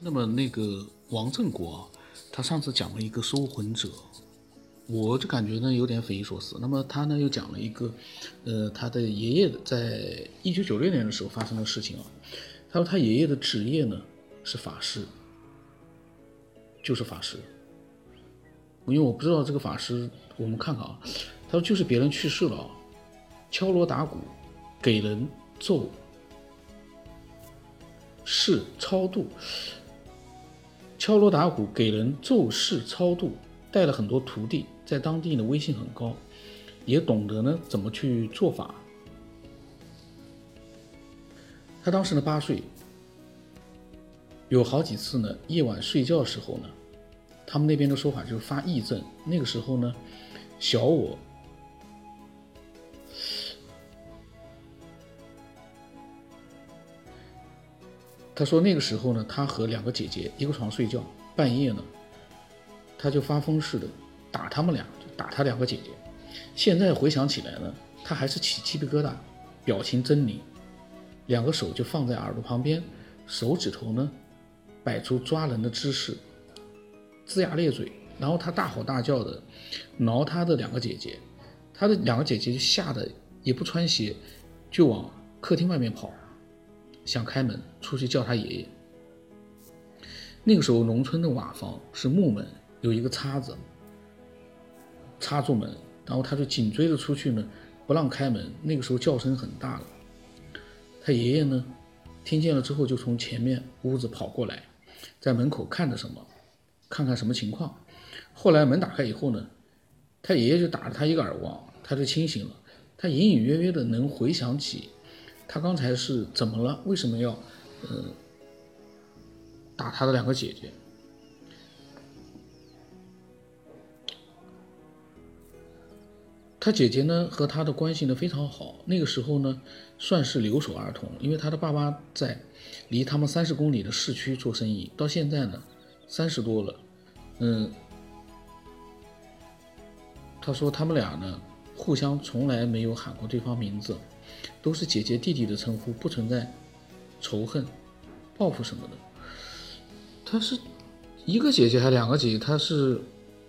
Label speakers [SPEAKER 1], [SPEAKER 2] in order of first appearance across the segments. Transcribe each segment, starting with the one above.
[SPEAKER 1] 那么那个王振国啊，他上次讲了一个收魂者，我就感觉呢有点匪夷所思。那么他呢又讲了一个，他的爷爷在1996年的时候发生的事情啊。他说他爷爷的职业呢是法师，就是法师。因为我不知道这个法师，我们看看啊。他说就是别人去世了啊，敲锣打鼓，给人奏事超度。敲锣打鼓给人奏事超度，带了很多徒弟，在当地呢威信很高，也懂得呢怎么去做法。他当时呢8岁，有好几次呢夜晚睡觉的时候呢，他们那边的说法就是发癔症。那个时候呢，小我他说那个时候呢，他和2个姐姐一个床睡觉，半夜呢，他就发疯似的打他们俩，就打他2个姐姐。现在回想起来呢，他还是起鸡皮疙瘩，表情狰狞，2个手就放在耳朵旁边，手指头呢摆出抓人的姿势，龇牙咧嘴，然后他大吼大叫的挠他的2个姐姐，他的2个姐姐就吓得也不穿鞋，就往客厅外面跑，想开门出去叫他爷爷。那个时候农村的瓦房是木门，有一个叉子插住门，然后他就紧追着出去呢，不让开门。那个时候叫声很大了，他爷爷呢听见了之后就从前面屋子跑过来，在门口看着什么，看看什么情况。后来门打开以后呢，他爷爷就打了他一个耳光，他就清醒了。他隐隐约约的能回想起他刚才是怎么了，为什么要打他的2个姐姐。他姐姐呢和他的关系呢非常好，那个时候呢算是留守儿童，因为他的爸爸在离他们30公里的市区做生意，到现在呢30多了。他说他们俩呢互相从来没有喊过对方名字，都是姐姐弟弟的称呼，不存在仇恨报复什么的。他是1个姐姐还2个姐姐，他是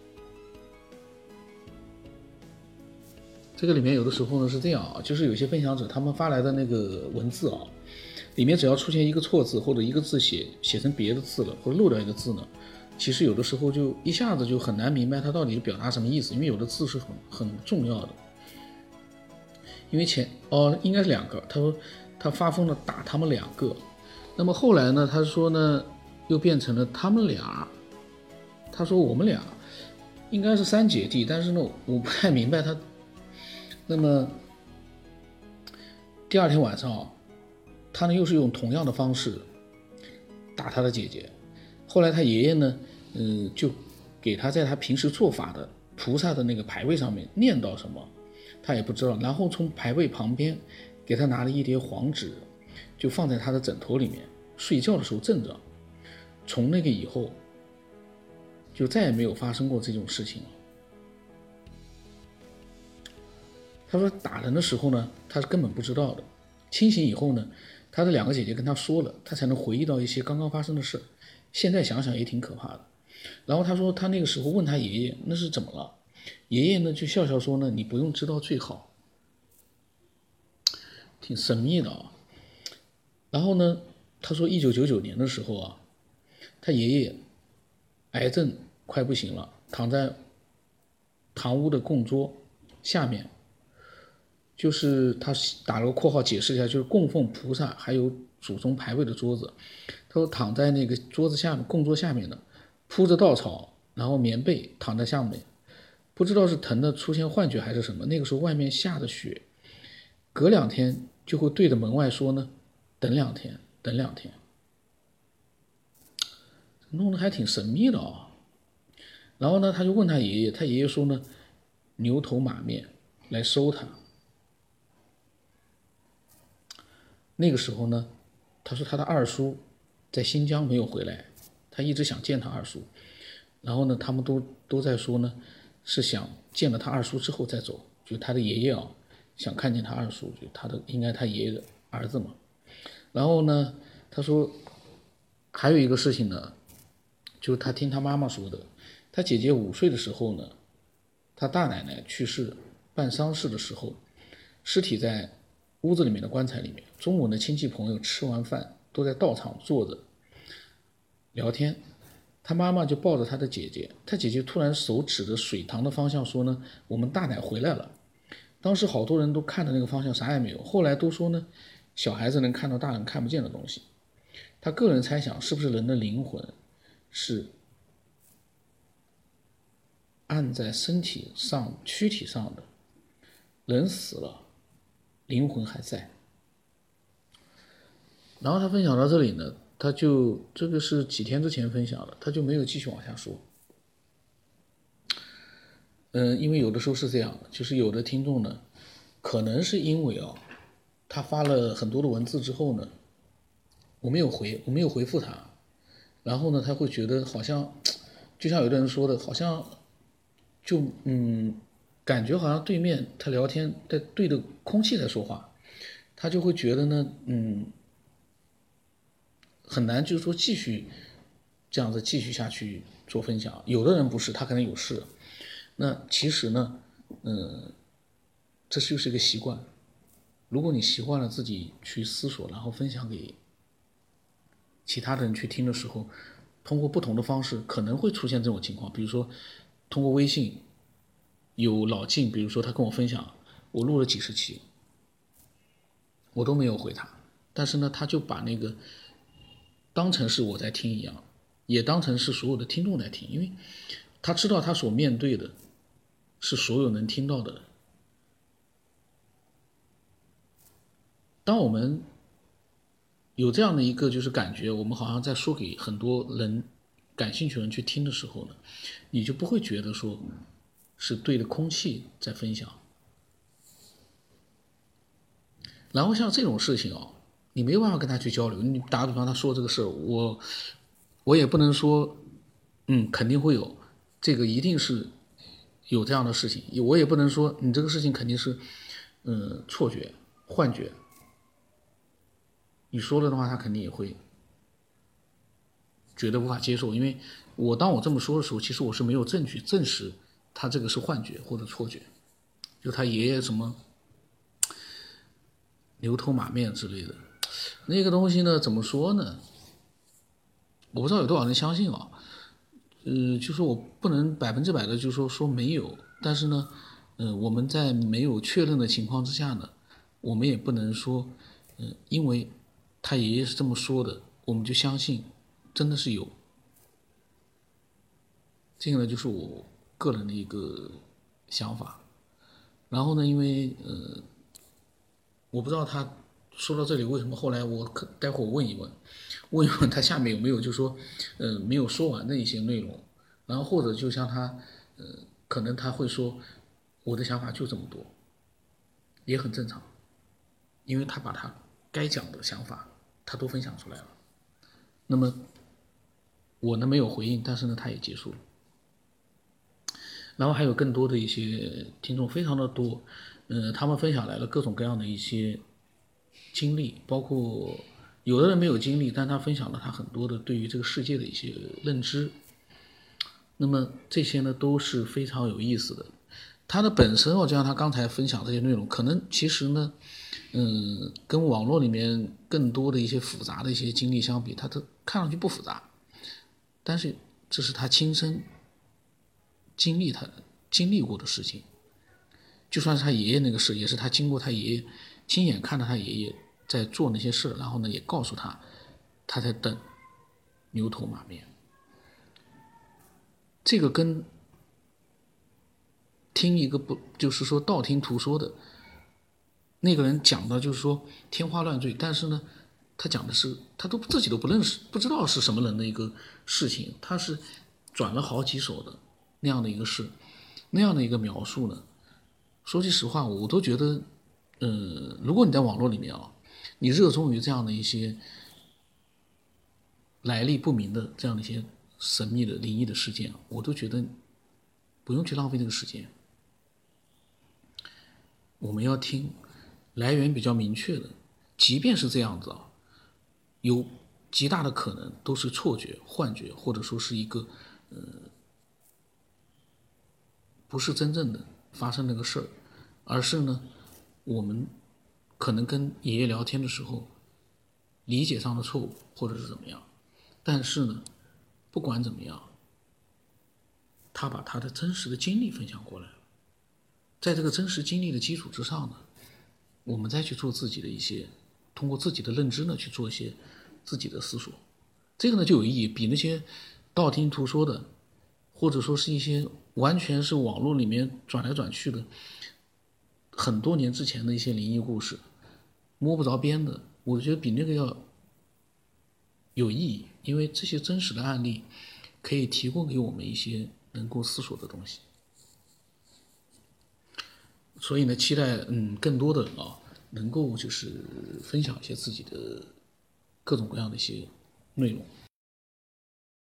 [SPEAKER 1] 这个里面有的时候呢是这样啊，就是有些分享者他们发来的那个文字啊，里面只要出现一个错字或者一个字写成别的字了，或者漏掉一个字呢，其实有的时候就一下子就很难明白他到底表达什么意思，因为有的字是很重要的。因为应该是2个，他说他发疯的打他们2个，那么后来呢，他说呢又变成了他们俩。他说我们俩应该是3姐弟，但是呢我不太明白他。那么第2天晚上他呢又是用同样的方式打他的姐姐。后来他爷爷呢就给他在他平时做法的菩萨的那个牌位上面念叨什么他也不知道，然后从牌位旁边给他拿了一叠黄纸，就放在他的枕头里面，睡觉的时候枕着。从那个以后就再也没有发生过这种事情了。他说打人的时候呢他是根本不知道的，清醒以后呢他的2个姐姐跟他说了，他才能回忆到一些刚刚发生的事，现在想想也挺可怕的。然后他说他那个时候问他爷爷那是怎么了，爷爷呢就笑笑说呢你不用知道最好，挺神秘的啊。然后呢他说1999年的时候啊，他爷爷癌症快不行了，躺在堂屋的供桌下面，就是他打了个括号解释一下，就是供奉菩萨还有祖宗牌位的桌子。他说躺在那个桌子下面，供桌下面的铺着稻草，然后棉被躺在下面，不知道是疼的出现幻觉还是什么。那个时候外面下着雪，隔2天就会对着门外说呢等2天等2天，弄得还挺神秘的啊。然后呢他就问他爷爷，他爷爷说呢牛头马面来收他。那个时候呢他说他的2叔在新疆没有回来，他一直想见他2叔，然后呢他们都在说呢是想见了他2叔之后再走，就他的爷爷啊想看见他2叔，就应该他爷爷的儿子嘛。然后呢他说还有一个事情呢，就是他听他妈妈说的，他姐姐5岁的时候呢，他大奶奶去世办丧事的时候，尸体在屋子里面的棺材里面，中午呢亲戚朋友吃完饭都在道场坐着聊天，他妈妈就抱着他的姐姐，他姐姐突然手指着水塘的方向说呢，我们大奶回来了。当时好多人都看着那个方向啥也没有，后来都说呢，小孩子能看到大人看不见的东西。他个人猜想，是不是人的灵魂是按在身体上躯体上的，人死了灵魂还在。然后他分享到这里呢，他就这个是几天之前分享的，他就没有继续往下说。因为有的时候是这样的，就是有的听众呢，可能是因为他发了很多的文字之后呢，我没有回复他，然后呢，他会觉得好像，就像有的人说的，好像就感觉好像对面他聊天在对着空气在说话，他就会觉得呢，很难就是说继续这样子继续下去做分享。有的人不是，他可能有事。那其实呢，这就是一个习惯。如果你习惯了自己去思索，然后分享给其他的人去听的时候，通过不同的方式可能会出现这种情况。比如说通过微信有老晋，比如说他跟我分享，我录了几十期，我都没有回他，但是呢，他就把那个当成是我在听一样，也当成是所有的听众在听，因为他知道他所面对的是所有能听到的人。当我们有这样的一个就是感觉，我们好像在说给很多人感兴趣的人去听的时候呢，你就不会觉得说是对着空气在分享。然后像这种事情你没有办法跟他去交流。你打个比方，他说这个事儿，我也不能说肯定会有，这个一定是有这样的事情，我也不能说你这个事情肯定是错觉幻觉，你说了的话他肯定也会觉得无法接受。因为当我这么说的时候，其实我是没有证据证实他这个是幻觉或者错觉，就他爷爷什么牛头马面之类的那个东西呢，怎么说呢，我不知道有多少人相信就说我不能100%的就说没有，但是呢我们在没有确认的情况之下呢，我们也不能说因为他爷爷是这么说的，我们就相信真的是有。这个呢就是我个人的一个想法。然后呢，因为我不知道他说到这里为什么后来待会儿问一问他下面有没有就说没有说完的一些内容，然后或者就像他可能他会说我的想法就这么多，也很正常，因为他把他该讲的想法他都分享出来了。那么我呢没有回应，但是呢他也结束了。然后还有更多的一些听众非常的多，他们分享来了各种各样的一些经历，包括有的人没有经历，但他分享了他很多的对于这个世界的一些认知。那么这些呢都是非常有意思的。他的本身就像他刚才分享这些内容，可能其实呢跟网络里面更多的一些复杂的一些经历相比，他都看上去不复杂，但是这是他亲身经历过的事情。就算是他爷爷那个事，也是他经过他爷爷亲眼看到他爷爷在做那些事，然后呢也告诉他他在等牛头马面。这个跟听一个就是说道听途说的那个人讲的就是说天花乱坠，但是呢他讲的是他自己都不认识不知道是什么人的一个事情，他是转了好几手的那样的一个事，那样的一个描述呢，说句实话我都觉得如果你在网络里面你热衷于这样的一些来历不明的这样的一些神秘的灵异的事件，我都觉得不用去浪费这个时间。我们要听来源比较明确的，即便是这样子有极大的可能都是错觉、幻觉，或者说是一个不是真正的发生那个事儿，而是呢，我们可能跟爷爷聊天的时候理解上的错误，或者是怎么样。但是呢，不管怎么样，他把他的真实的经历分享过来了，在这个真实经历的基础之上呢，我们再去做自己的一些，通过自己的认知呢去做一些自己的思索，这个呢就有意义，比那些道听途说的，或者说是一些完全是网络里面转来转去的，很多年之前的一些灵异故事，摸不着边的，我觉得比那个要有意义，因为这些真实的案例可以提供给我们一些能够思索的东西。所以呢，期待更多的人能够就是分享一些自己的各种各样的一些内容。